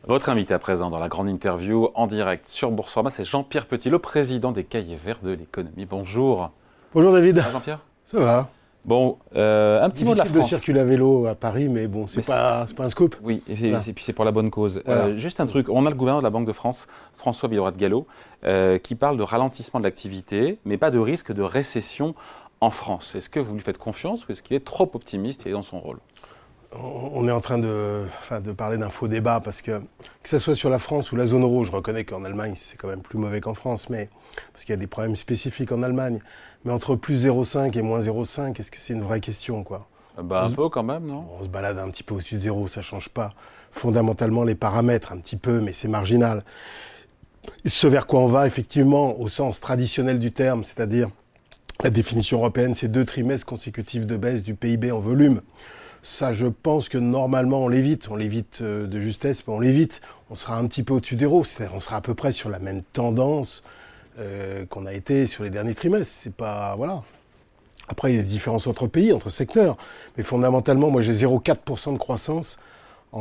Votre invité à présent dans la grande interview en direct sur Boursorama, c'est Jean-Pierre Petit, le président des Cahiers Verts de l'économie. Bonjour. Bonjour David. Ça va, Jean-Pierre ? Ça va. Bon, un petit mot de la France. De circuler à vélo à Paris, mais bon, c'est pas un scoop. Oui, et puis c'est pour la bonne cause. Voilà. Juste un truc, on a le gouverneur de la Banque de France, François Villeroy-de-Galhau, qui parle de ralentissement de l'activité, mais pas de risque de récession en France. Est-ce que vous lui faites confiance ou est-ce qu'il est trop optimiste et est dans son rôle ? On est en train de parler d'un faux débat parce que ce soit sur la France ou la zone euro, je reconnais qu'en Allemagne c'est quand même plus mauvais qu'en France, mais parce qu'il y a des problèmes spécifiques en Allemagne. Mais entre plus 0,5 et moins 0,5, est-ce que c'est une vraie question, quoi ? Un peu quand même, non ? On se balade un petit peu au-dessus de zéro, ça change pas fondamentalement les paramètres, un petit peu, mais c'est marginal. Ce vers quoi on va, effectivement, au sens traditionnel du terme, c'est-à-dire la définition européenne, c'est 2 trimestres consécutifs de baisse du PIB en volume. Ça, je pense que normalement, on l'évite de justesse, mais on l'évite. On sera un petit peu au-dessus des zéro, c'est-à-dire on sera à peu près sur la même tendance qu'on a été sur les derniers trimestres. C'est pas, voilà. Après, il y a des différences entre pays, entre secteurs, mais fondamentalement, moi, j'ai 0,4% de croissance en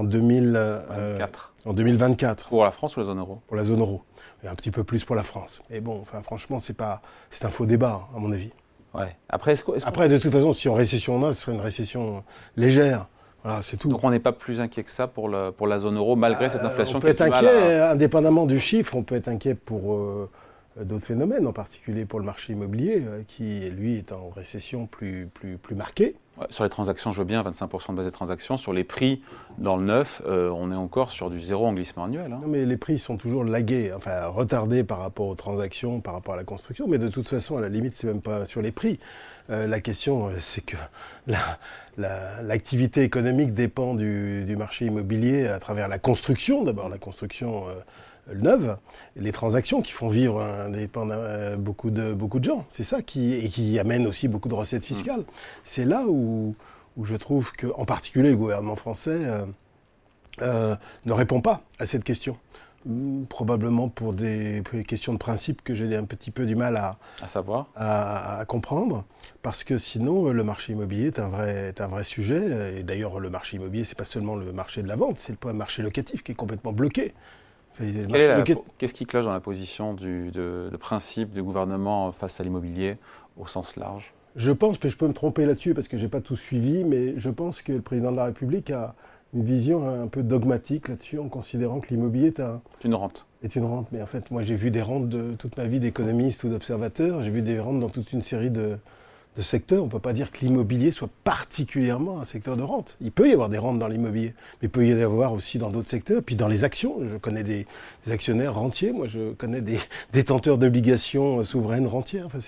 2024. Pour la France ou la zone euro ? Pour la zone euro. Et un petit peu plus pour la France. Mais bon, franchement, c'est un faux débat, à mon avis. Ouais. Après, de toute façon, si en récession on a, ce serait une récession légère. Voilà, c'est tout. Donc on n'est pas plus inquiet que ça pour la zone euro, malgré cette inflation qui est inquiet, indépendamment du chiffre, on peut être inquiet pour d'autres phénomènes, en particulier pour le marché immobilier, qui, lui, est en récession plus marquée. Ouais, sur les transactions, je veux bien, 25% de base des transactions. Sur les prix, dans le neuf, on est encore sur du zéro en glissement annuel. Hein. Non, mais les prix sont toujours lagués, enfin retardés par rapport aux transactions, par rapport à la construction. Mais de toute façon, à la limite, c'est même pas sur les prix. La question, c'est que l'activité économique dépend du marché immobilier à travers la construction. D'abord, la construction neuve, les transactions qui font vivre beaucoup de gens. C'est ça qui amène aussi beaucoup de recettes fiscales. C'est là où je trouve que, en particulier, le gouvernement français ne répond pas à cette question. Probablement pour des questions de principe que j'ai un petit peu du mal à comprendre, parce que sinon le marché immobilier est un vrai sujet. Et d'ailleurs, le marché immobilier, c'est pas seulement le marché de la vente, c'est le marché locatif qui est complètement bloqué. Qu'est-ce qui cloche dans la position de principe du gouvernement face à l'immobilier au sens large ? Je pense, mais je peux me tromper là-dessus parce que je n'ai pas tout suivi, mais je pense que le président de la République a une vision un peu dogmatique là-dessus en considérant que l'immobilier est une rente. Mais en fait, moi j'ai vu des rentes de toute ma vie d'économiste ou d'observateur, j'ai vu des rentes dans toute une série de secteurs. On ne peut pas dire que l'immobilier soit particulièrement un secteur de rente. Il peut y avoir des rentes dans l'immobilier, mais il peut y en avoir aussi dans d'autres secteurs. Puis dans les actions, je connais des actionnaires rentiers, moi je connais des détenteurs d'obligations souveraines rentières. Enfin,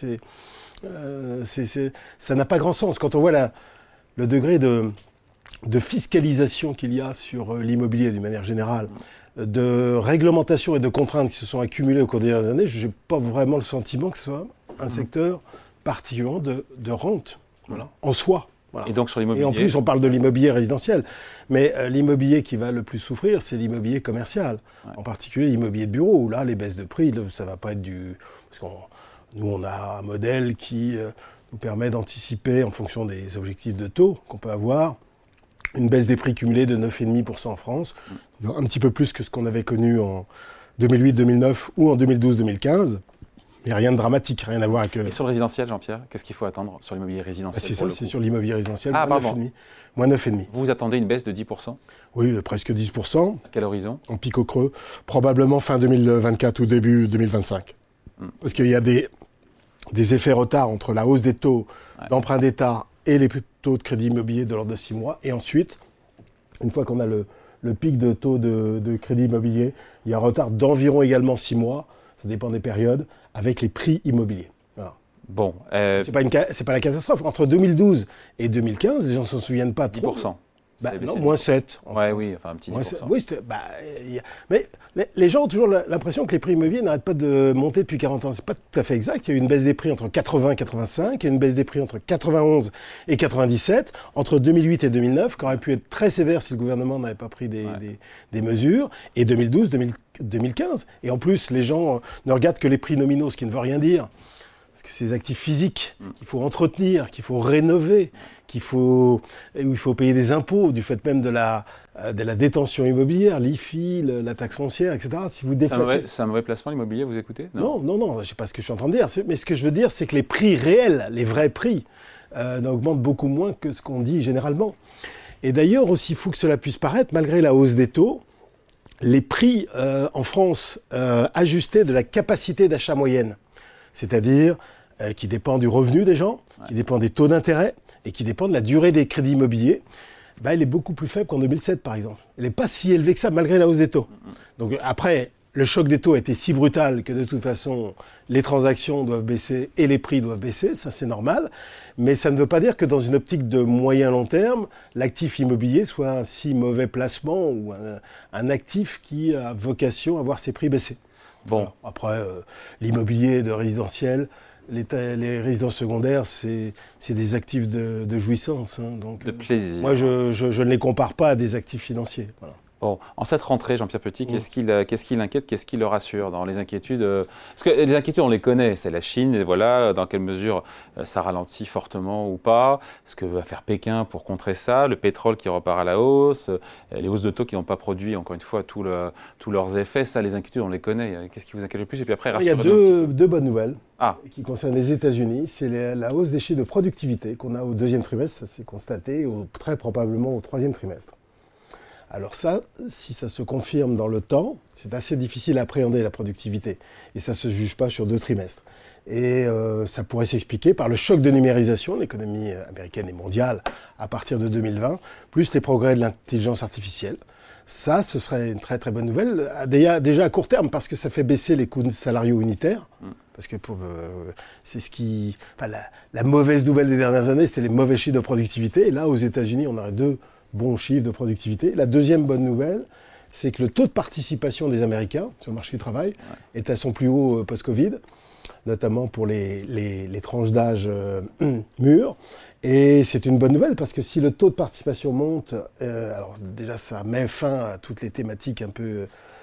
ça n'a pas grand sens. Quand on voit le degré de fiscalisation qu'il y a sur l'immobilier d'une manière générale, de réglementation et de contraintes qui se sont accumulées au cours des dernières années, je n'ai pas vraiment le sentiment que ce soit un secteur particulièrement de rente, voilà, en soi. Voilà. Et donc sur l'immobilier. Et en plus, on parle de l'immobilier résidentiel. Mais l'immobilier qui va le plus souffrir, c'est l'immobilier commercial. Ouais. En particulier l'immobilier de bureau, où là, les baisses de prix, ça ne va pas être parce nous, on a un modèle qui nous permet d'anticiper, en fonction des objectifs de taux qu'on peut avoir, une baisse des prix cumulés de 9,5% en France, un petit peu plus que ce qu'on avait connu en 2008-2009 ou en 2012-2015. Mais rien de dramatique, rien à voir avec... Et sur le résidentiel, Jean-Pierre, qu'est-ce qu'il faut attendre sur l'immobilier résidentiel ? C'est ça, c'est sur l'immobilier résidentiel, moins 9,5. Vous attendez une baisse de 10% ? Oui, presque 10%. À quel horizon ? En pic au creux, probablement fin 2024 ou début 2025. Parce qu'il y a des effets retard entre la hausse des taux d'emprunt d'État et les taux de crédit immobilier de l'ordre de 6 mois. Et ensuite, une fois qu'on a le pic de taux de crédit immobilier, il y a un retard d'environ également 6 mois. Ça dépend des périodes, avec les prix immobiliers. Voilà. Bon. C'est pas la catastrophe. Entre 2012 et 2015, les gens ne s'en souviennent pas trop. 10%. Non, moins 7. Oui, enfin un petit 10%. Oui, mais les gens ont toujours l'impression que les prix immobiliers n'arrêtent pas de monter depuis 40 ans. C'est pas tout à fait exact. Il y a eu une baisse des prix entre 80 et 85, il y a eu une baisse des prix entre 91 et 97, entre 2008 et 2009, qui aurait pu être très sévère si le gouvernement n'avait pas pris des mesures, et 2012, 2015. Et en plus, les gens ne regardent que les prix nominaux, ce qui ne veut rien dire. Parce que ces actifs physiques qu'il faut entretenir, qu'il faut rénover, où il faut payer des impôts, du fait même de la détention immobilière, l'IFI, la taxe foncière, etc. Si vous déflatez... C'est un mauvais placement l'immobilier, vous écoutez? Non, je ne sais pas ce que je suis en train de dire. Mais ce que je veux dire, c'est que les prix réels, les vrais prix, augmentent beaucoup moins que ce qu'on dit généralement. Et d'ailleurs, aussi fou que cela puisse paraître, malgré la hausse des taux, les prix en France ajustés de la capacité d'achat moyenne, c'est-à-dire qui dépend du revenu des gens, qui dépend des taux d'intérêt et qui dépend de la durée des crédits immobiliers, il est beaucoup plus faible qu'en 2007 par exemple. Il n'est pas si élevé que ça malgré la hausse des taux. Donc après, le choc des taux a été si brutal que de toute façon, les transactions doivent baisser et les prix doivent baisser, ça c'est normal. Mais ça ne veut pas dire que dans une optique de moyen-long terme, l'actif immobilier soit un si mauvais placement ou un actif qui a vocation à voir ses prix baisser. Bon. Alors, après, l'immobilier de résidentiel, les résidences secondaires, c'est des actifs de jouissance. Donc, de plaisir. Moi, je ne les compare pas à des actifs financiers. Voilà. Bon, en cette rentrée, Jean-Pierre Petit, qu'est-ce qui l'inquiète, qu'est-ce qui le rassure dans les inquiétudes Parce que les inquiétudes, on les connaît, c'est la Chine, et voilà, dans quelle mesure ça ralentit fortement ou pas, ce que va faire Pékin pour contrer ça, le pétrole qui repart à la hausse, les hausses de taux qui n'ont pas produit, encore une fois, tous leurs effets, ça, les inquiétudes, on les connaît. Qu'est-ce qui vous inquiète le plus? Et puis après, il y a deux bonnes nouvelles qui concernent les États-Unis. C'est la hausse des chiffres de productivité qu'on a au deuxième trimestre, ça s'est constaté, très probablement au troisième trimestre. Alors ça, si ça se confirme dans le temps, c'est assez difficile à appréhender la productivité. Et ça ne se juge pas sur 2 trimestres. Et ça pourrait s'expliquer par le choc de numérisation de l'économie américaine et mondiale à partir de 2020, plus les progrès de l'intelligence artificielle. Ça, ce serait une très très bonne nouvelle, déjà à court terme, parce que ça fait baisser les coûts salariaux unitaires. Parce que c'est ce qui... Enfin, la mauvaise nouvelle des dernières années, c'était les mauvais chiffres de productivité. Et là, aux États-Unis, on aurait 2 bons chiffres de productivité. La deuxième bonne nouvelle, c'est que le taux de participation des Américains sur le marché du travail est à son plus haut post-Covid, notamment pour les tranches d'âge mûres. Et c'est une bonne nouvelle parce que si le taux de participation monte, alors déjà ça met fin à toutes les thématiques un peu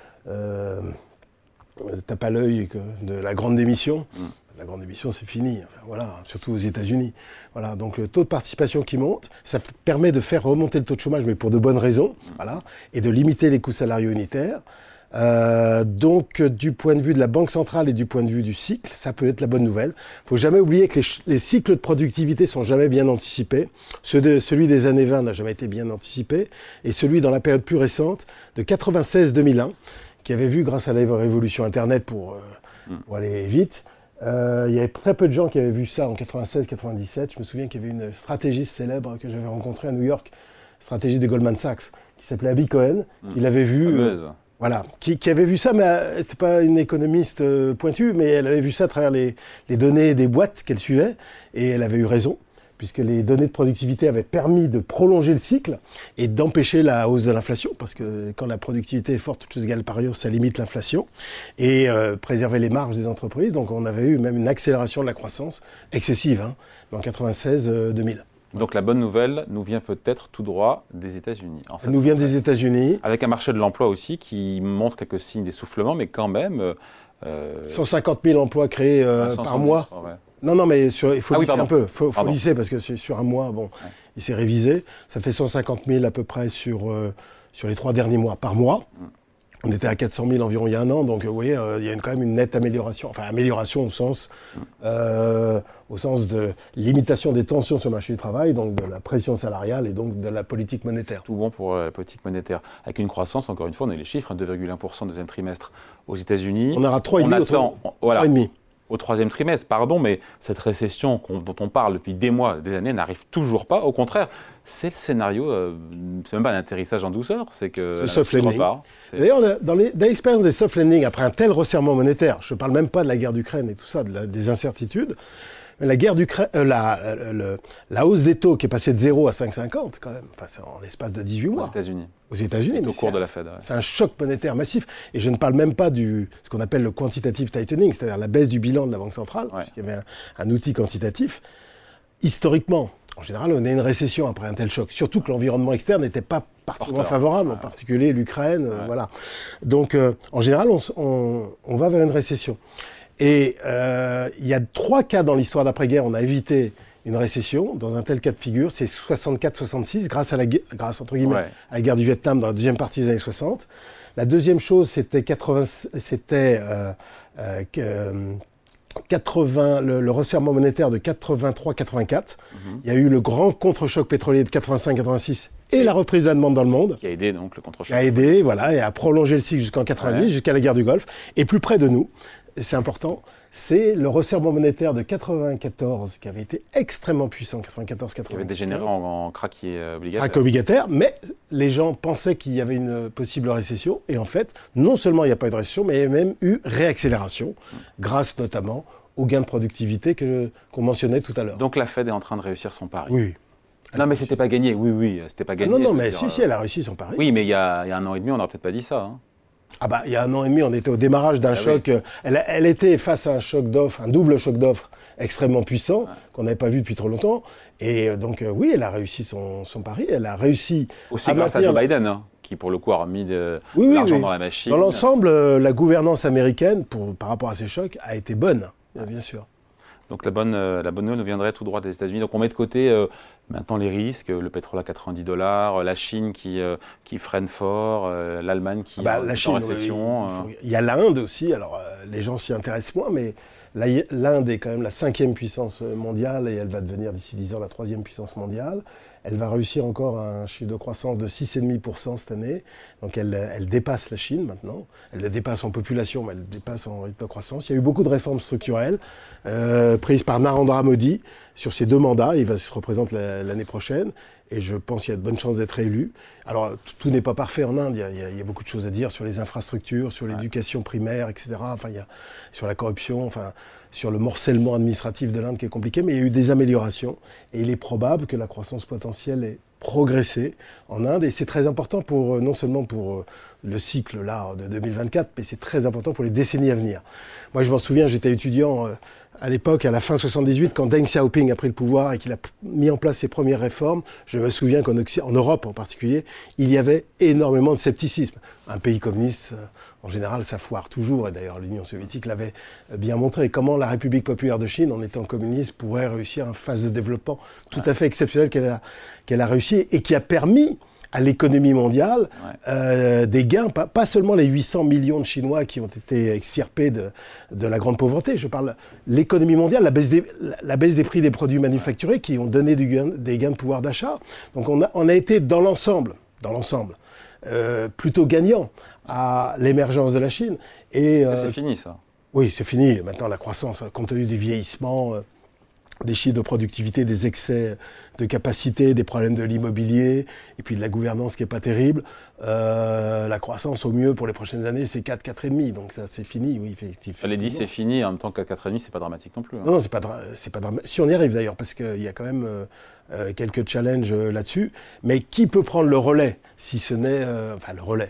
tape à l'œil de la grande démission. La grande démission, c'est fini. Enfin, voilà, surtout aux États-Unis. Voilà, donc le taux de participation qui monte, ça permet de faire remonter le taux de chômage, mais pour de bonnes raisons, voilà, et de limiter les coûts salariaux unitaires. Donc, du point de vue de la Banque centrale et du point de vue du cycle, ça peut être la bonne nouvelle. Il ne faut jamais oublier que les cycles de productivité sont jamais bien anticipés. Celui des années 20 n'a jamais été bien anticipé, et celui dans la période plus récente, de 96-2001, qui avait vu, grâce à la révolution Internet pour aller vite, il y avait très peu de gens qui avaient vu ça en 96-97. Je me souviens qu'il y avait une stratégiste célèbre que j'avais rencontrée à New York, stratégiste de Goldman Sachs, qui s'appelait Abby Cohen, qui l'avait vu. Voilà, qui avait vu ça, mais c'était pas une économiste pointue, mais elle avait vu ça à travers les données des boîtes qu'elle suivait, et elle avait eu raison, puisque les données de productivité avaient permis de prolonger le cycle et d'empêcher la hausse de l'inflation, parce que quand la productivité est forte, toutes choses égales par ailleurs, ça limite l'inflation, et préserver les marges des entreprises. Donc on avait eu même une accélération de la croissance excessive en 96-2000. Donc la bonne nouvelle nous vient peut-être tout droit des États-Unis. Elle nous vient des États-Unis. Avec un marché de l'emploi aussi qui montre quelques signes d'essoufflement, mais quand même... 150 000 emplois créés par mois. Ouais. Non, mais il faut lisser un peu. Il faut lisser parce que sur un mois, il s'est révisé. Ça fait 150 000 à peu près sur les 3 derniers mois par mois. On était à 400 000 environ il y a un an, donc vous voyez, il y a quand même une nette amélioration. Enfin, amélioration au sens de limitation des tensions sur le marché du travail, donc de la pression salariale et donc de la politique monétaire. Tout bon pour la politique monétaire. Avec une croissance, encore une fois, on a les chiffres, 2,1% deuxième trimestre aux États-Unis. On aura 3,5 au troisième trimestre, mais cette récession dont on parle depuis des mois, des années, n'arrive toujours pas. Au contraire, c'est le scénario, c'est même pas un atterrissage en douceur, c'est que... Le soft landing. D'ailleurs, dans l'expérience des soft landing, après un tel resserrement monétaire, je ne parle même pas de la guerre d'Ukraine et tout ça, des incertitudes, la guerre d'Ukraine, la hausse des taux qui est passée de 0 à 5,50 quand même, en l'espace de 18 mois. Aux États-Unis. Au cours de la Fed. Ouais. C'est un choc monétaire massif. Et je ne parle même pas ce qu'on appelle le quantitative tightening, c'est-à-dire la baisse du bilan de la Banque centrale, puisqu'il y avait un outil quantitatif. Historiquement, en général, on a une récession après un tel choc. Surtout que l'environnement externe n'était pas particulièrement favorable, en particulier l'Ukraine. Voilà. Donc, en général, on va vers une récession. Et il y a 3 cas dans l'histoire d'après-guerre, on a évité une récession. Dans un tel cas de figure, c'est 64-66, grâce entre guillemets, à la guerre du Vietnam dans la deuxième partie des années 60. La deuxième chose, c'était le resserrement monétaire de 83-84. Il y a eu le grand contre-choc pétrolier de 85-86 et la reprise de la demande dans le monde. Qui a aidé donc le contre-choc. Qui a aidé, voilà, et a prolongé le cycle jusqu'en 90, jusqu'à la guerre du Golfe. Et plus près de nous, c'est important, c'est le resserrement monétaire de 94 qui avait été extrêmement puissant, 94-95. Qui avait dégénéré en krach obligataire. Krach obligataire, mais les gens pensaient qu'il y avait une possible récession. Et en fait, non seulement il n'y a pas eu de récession, mais il y a même eu réaccélération, grâce notamment aux gains de productivité qu'on mentionnait tout à l'heure. Donc la Fed est en train de réussir son pari. Oui. Non, mais c'était pas gagné. Oui, c'était pas gagné. Non, mais si, elle a réussi son pari. Oui, mais il y a 1 an et demi, on n'aurait peut-être pas dit ça. Hein. Ah bah, il y a 1 an et demi, on était au démarrage d'un choc. Oui. Elle était face à un choc d'offres, un double choc d'offres extrêmement puissant, qu'on n'avait pas vu depuis trop longtemps. Et donc, oui, elle a réussi son pari. Elle a réussi aussi grâce à Joe Biden, hein, qui pour le coup a remis de l'argent dans la machine. Dans l'ensemble, la gouvernance américaine, par rapport à ces chocs, a été bonne, bien sûr. Donc la bonne nouvelle nous viendrait tout droit des États-Unis. Donc on met de côté maintenant les risques, le pétrole à $90, la Chine qui freine fort, l'Allemagne qui est en récession. Il y a l'Inde aussi, alors les gens s'y intéressent moins, mais l'Inde est quand même la 5e puissance mondiale et elle va devenir d'ici 10 ans la 3e puissance mondiale. Elle va réussir encore un chiffre de croissance de 6,5% cette année. Donc elle dépasse la Chine maintenant. Elle la dépasse en population, mais elle dépasse en rythme de croissance. Il y a eu beaucoup de réformes structurelles prises par Narendra Modi sur ses 2 mandats. Il va se représenter l'année prochaine. Et je pense qu'il y a de bonnes chances d'être élu. Alors, tout n'est pas parfait en Inde. Il y a beaucoup de choses à dire sur les infrastructures, sur l'éducation primaire, etc. Enfin, sur la corruption, enfin, sur le morcellement administratif de l'Inde qui est compliqué. Mais il y a eu des améliorations. Et il est probable que la croissance potentielle ait progressé en Inde. Et c'est très important non seulement pour le cycle là, de 2024, mais c'est très important pour les décennies à venir. Moi, je m'en souviens, j'étais étudiant à l'époque, à la fin 78, quand Deng Xiaoping a pris le pouvoir et qu'il a mis en place ses premières réformes. Je me souviens qu'en Europe en particulier, il y avait énormément de scepticisme. Un pays communiste, en général, ça foire toujours. Et d'ailleurs, l'Union soviétique l'avait bien montré. Comment la République populaire de Chine, en étant communiste, pourrait réussir une phase de développement tout à fait exceptionnelle qu'elle a réussi et qui a permis à l'économie mondiale des gains, pas seulement les 800 millions de Chinois qui ont été extirpés de la grande pauvreté. Je parle de l'économie mondiale, la baisse des prix des produits manufacturés qui ont donné des gains de pouvoir d'achat. Donc on a été dans l'ensemble, plutôt gagnant à l'émergence de la Chine. Et, ça, c'est fini, ça. Oui, c'est fini. Maintenant, la croissance, compte tenu du vieillissement, des chiffres de productivité, des excès de capacité, des problèmes de l'immobilier, et puis de la gouvernance qui n'est pas terrible. La croissance, au mieux, pour les prochaines années, c'est 4,5. Donc ça, c'est fini, oui, effectivement. Fallait dire c'est fini, en même temps que 4,5, c'est pas dramatique non plus. Hein. Non, c'est pas dramatique. Si on y arrive d'ailleurs, parce qu'il y a quand même quelques challenges là-dessus. Mais qui peut prendre le relais, si ce n'est... le relais,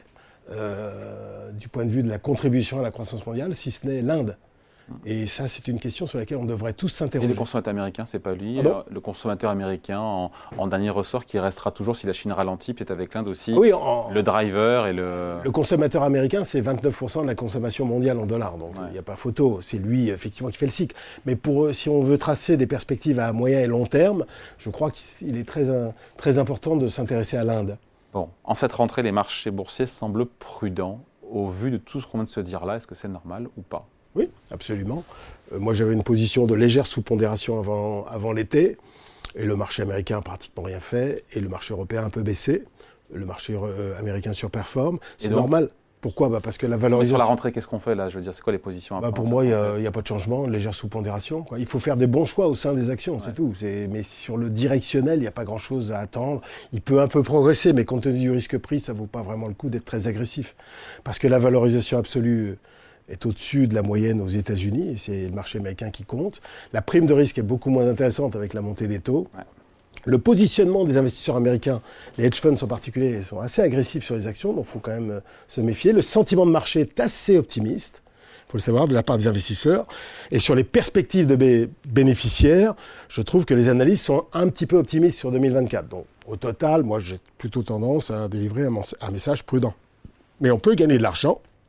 du point de vue de la contribution à la croissance mondiale, si ce n'est l'Inde. Et ça, c'est une question sur laquelle on devrait tous s'interroger. Et le consommateur américain, c'est pas lui. Le consommateur américain, en dernier ressort, qui restera toujours, si la Chine ralentit, peut-être avec l'Inde aussi, le driver et le... Le consommateur américain, c'est 29% de la consommation mondiale en dollars. Donc, il n'y a pas photo. C'est lui, effectivement, qui fait le cycle. Mais si on veut tracer des perspectives à moyen et long terme, je crois qu'il est très important de s'intéresser à l'Inde. Bon, en cette rentrée, les marchés boursiers semblent prudents. Au vu de tout ce qu'on vient de se dire là, est-ce que c'est normal ou pas ? Oui, absolument. Moi, j'avais une position de légère sous-pondération avant l'été. Et le marché américain n'a pratiquement rien fait. Et le marché européen a un peu baissé. Le marché américain surperforme. C'est normal. Pourquoi ? Parce que la valorisation... Sur la rentrée, qu'est-ce qu'on fait là ? Je veux dire, c'est quoi les positions à prendre ? Pour moi, il n'y a pas de changement. Légère sous-pondération. Il faut faire des bons choix au sein des actions, c'est tout. Mais sur le directionnel, il n'y a pas grand-chose à attendre. Il peut un peu progresser, mais compte tenu du risque-prix, ça ne vaut pas vraiment le coup d'être très agressif. Parce que la valorisation absolue est au-dessus de la moyenne aux États-Unis, et c'est le marché américain qui compte. La prime de risque est beaucoup moins intéressante avec la montée des taux. Ouais. Le positionnement des investisseurs américains, les hedge funds en particulier, sont assez agressifs sur les actions, donc il faut quand même se méfier. Le sentiment de marché est assez optimiste, il faut le savoir, de la part des investisseurs. Et sur les perspectives de bénéficiaires, je trouve que les analystes sont un petit peu optimistes sur 2024. Donc au total, moi j'ai plutôt tendance à délivrer un message prudent. Mais on peut gagner de l'argent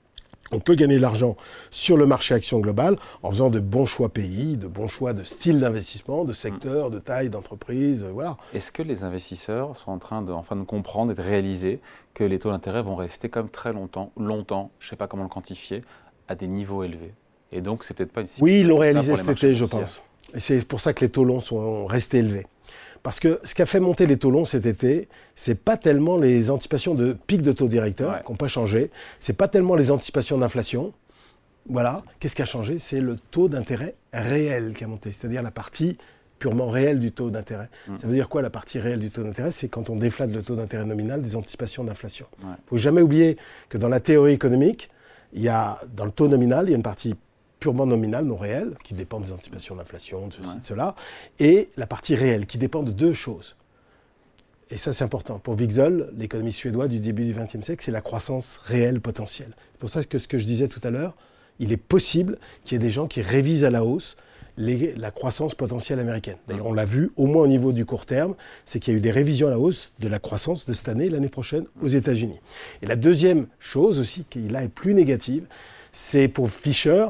On peut gagner de l'argent sur le marché action global en faisant de bons choix pays, de bons choix de style d'investissement, de secteur, de taille, d'entreprise, voilà. Est-ce que les investisseurs sont en train de comprendre et de réaliser que les taux d'intérêt vont rester comme très longtemps, je ne sais pas comment le quantifier, à des niveaux élevés? Et donc, c'est peut-être pas une... Oui, ils l'ont réalisé cet été, je pense. Et c'est pour ça que les taux longs sont restés élevés. Parce que ce qui a fait monter les taux longs cet été, c'est pas tellement les anticipations de pic de taux directeur qui n'ont pas changé, c'est pas tellement les anticipations d'inflation. Voilà. Qu'est-ce qui a changé? C'est le taux d'intérêt réel qui a monté, c'est-à-dire la partie purement réelle du taux d'intérêt. Ça veut dire quoi, la partie réelle du taux d'intérêt? C'est quand on déflate le taux d'intérêt nominal des anticipations d'inflation. Il ne faut jamais oublier que dans la théorie économique, dans le taux nominal, il y a une partie purement nominale, non réelle, qui dépend des anticipations d'inflation, de ceci, de cela, et la partie réelle, qui dépend de deux choses. Et ça, c'est important. Pour Wigzell, l'économie suédoise du début du XXe siècle, c'est la croissance réelle potentielle. C'est pour ça que ce que je disais tout à l'heure, il est possible qu'il y ait des gens qui révisent à la hausse la croissance potentielle américaine. D'ailleurs, on l'a vu, au moins au niveau du court terme, c'est qu'il y a eu des révisions à la hausse de la croissance de cette année, l'année prochaine, aux États-Unis. Et la deuxième chose aussi, qui là est plus négative, c'est pour Fisher,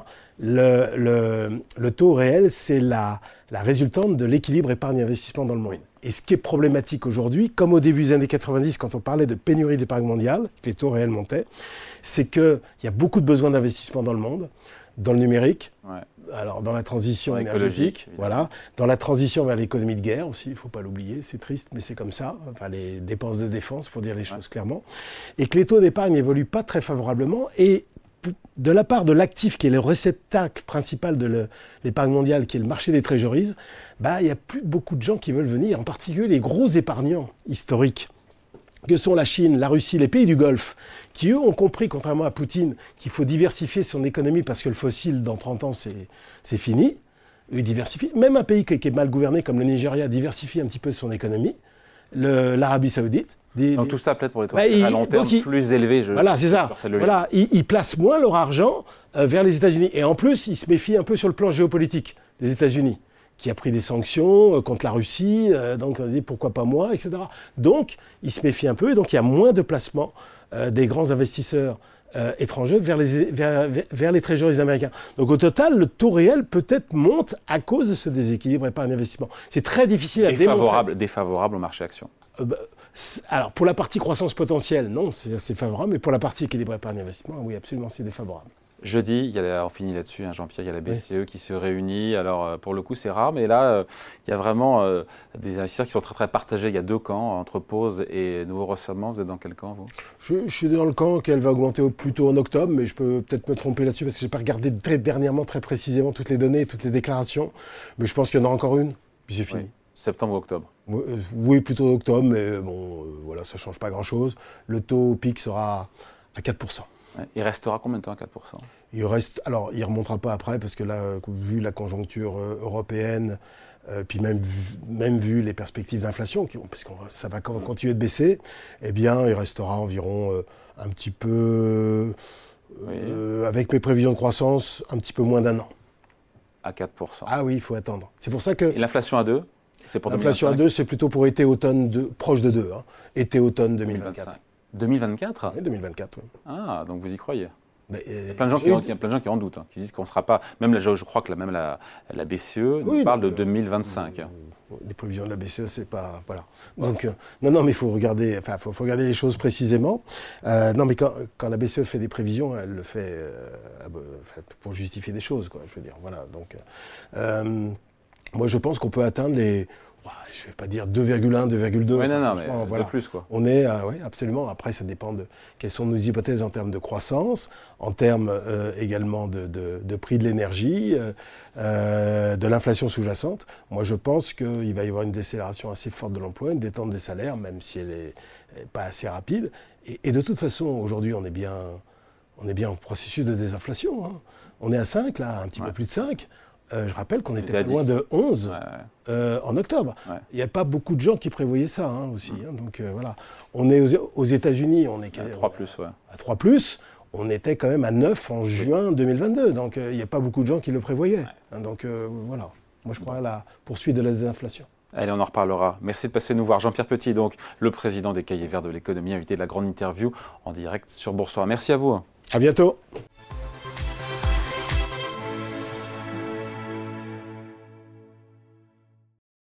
le taux réel, c'est la résultante de l'équilibre épargne-investissement dans le monde. Et ce qui est problématique aujourd'hui, comme au début des années 90, quand on parlait de pénurie d'épargne mondiale, que les taux réels montaient, c'est qu'il y a beaucoup de besoins d'investissement dans le monde, dans le numérique, alors dans la transition énergétique, voilà, dans la transition vers l'économie de guerre aussi, il ne faut pas l'oublier, c'est triste, mais c'est comme ça, enfin, les dépenses de défense, pour dire les choses clairement, et que les taux d'épargne n'évoluent pas très favorablement, et de la part de l'actif qui est le réceptacle principal de l'épargne mondiale, qui est le marché des treasuries, il n'y a plus beaucoup de gens qui veulent venir, en particulier les gros épargnants historiques, que sont la Chine, la Russie, les pays du Golfe, qui eux ont compris, contrairement à Poutine, qu'il faut diversifier son économie parce que le fossile, dans 30 ans, c'est fini. Eux, ils diversifient. Même un pays qui est mal gouverné, comme le Nigeria, diversifie un petit peu son économie. L'Arabie Saoudite. Donc tout ça plaide pour les taux à long terme plus élevés. Voilà, c'est ça. Voilà, ils placent moins leur argent vers les États-Unis. Et en plus, ils se méfient un peu sur le plan géopolitique des États-Unis, qui a pris des sanctions contre la Russie, donc on dit pourquoi pas moi, etc. Donc, ils se méfient un peu, et donc il y a moins de placements des grands investisseurs étrangers vers les treasuries américains. Donc au total, le taux réel peut-être monte à cause de ce déséquilibre épargne-investissement. C'est très difficile à démontrer. Défavorable au marché action. Alors, pour la partie croissance potentielle, non, c'est assez favorable, mais pour la partie équilibre épargne-investissement, oui, absolument, c'est défavorable. Jeudi, on finit là-dessus, Jean-Pierre, il y a la BCE qui se réunit. Alors, pour le coup, c'est rare, mais là, il y a vraiment des investisseurs qui sont très, très partagés. Il y a deux camps, entre pause et nouveau resserrement. Vous êtes dans quel camp, vous? Je suis dans le camp qu'elle va augmenter plutôt en octobre, mais je peux peut-être me tromper là-dessus parce que je n'ai pas regardé dernièrement très précisément toutes les données et toutes les déclarations. Mais je pense qu'il y en a encore une, puis c'est fini. Oui. Septembre ou octobre? Oui, plutôt octobre, mais bon, voilà, ça ne change pas grand-chose. Le taux pic sera à 4%. Il restera combien de temps à 4%? Il ne remontera pas après, parce que là, vu la conjoncture européenne, puis même vu les perspectives d'inflation, puisque ça va continuer de baisser, eh bien, il restera environ un petit peu, avec mes prévisions de croissance, un petit peu moins d'un an. À 4%. Ah oui, il faut attendre. C'est pour ça que... Et l'inflation à 2? C'est pour l'inflation à 2, c'est plutôt pour été-automne, proche de 2. Hein. Été-automne 2024. 2024? Oui, 2024, oui. Ah, donc vous y croyez? Il y a plein de gens qui en doutent, qui disent qu'on ne sera pas... Même là, je crois que la BCE nous parle de 2025. Les prévisions de la BCE, c'est pas... Voilà. Donc, non, mais il faut regarder les choses précisément. Non, mais quand la BCE fait des prévisions, elle le fait pour justifier des choses, quoi, je veux dire. Voilà, donc... moi, je pense qu'on peut atteindre les... Je ne vais pas dire 2,1, 2,2. Oui, non, mais voilà. De plus, quoi. On est, oui, absolument. Après, ça dépend de quelles sont nos hypothèses en termes de croissance, en termes également de prix de l'énergie, de l'inflation sous-jacente. Moi, je pense qu'il va y avoir une décélération assez forte de l'emploi, une détente des salaires, même si elle n'est pas assez rapide. Et de toute façon, aujourd'hui, on est bien en processus de désinflation. Hein. On est à 5, là, un petit peu plus de 5. Je rappelle qu'on était loin de 11 en octobre. Il n'y a pas beaucoup de gens qui prévoyaient ça aussi. Hein, donc voilà. On est aux États-Unis, on est à 3 plus, à 3 plus. On était quand même à 9 en juin 2022. Donc il n'y a pas beaucoup de gens qui le prévoyaient. Hein, donc voilà. Moi je crois à la poursuite de la désinflation. Allez, on en reparlera. Merci de passer nous voir. Jean-Pierre Petit, donc le président des Cahiers Verts de l'économie, invité de la grande interview en direct sur Boursorama. Merci à vous. À bientôt.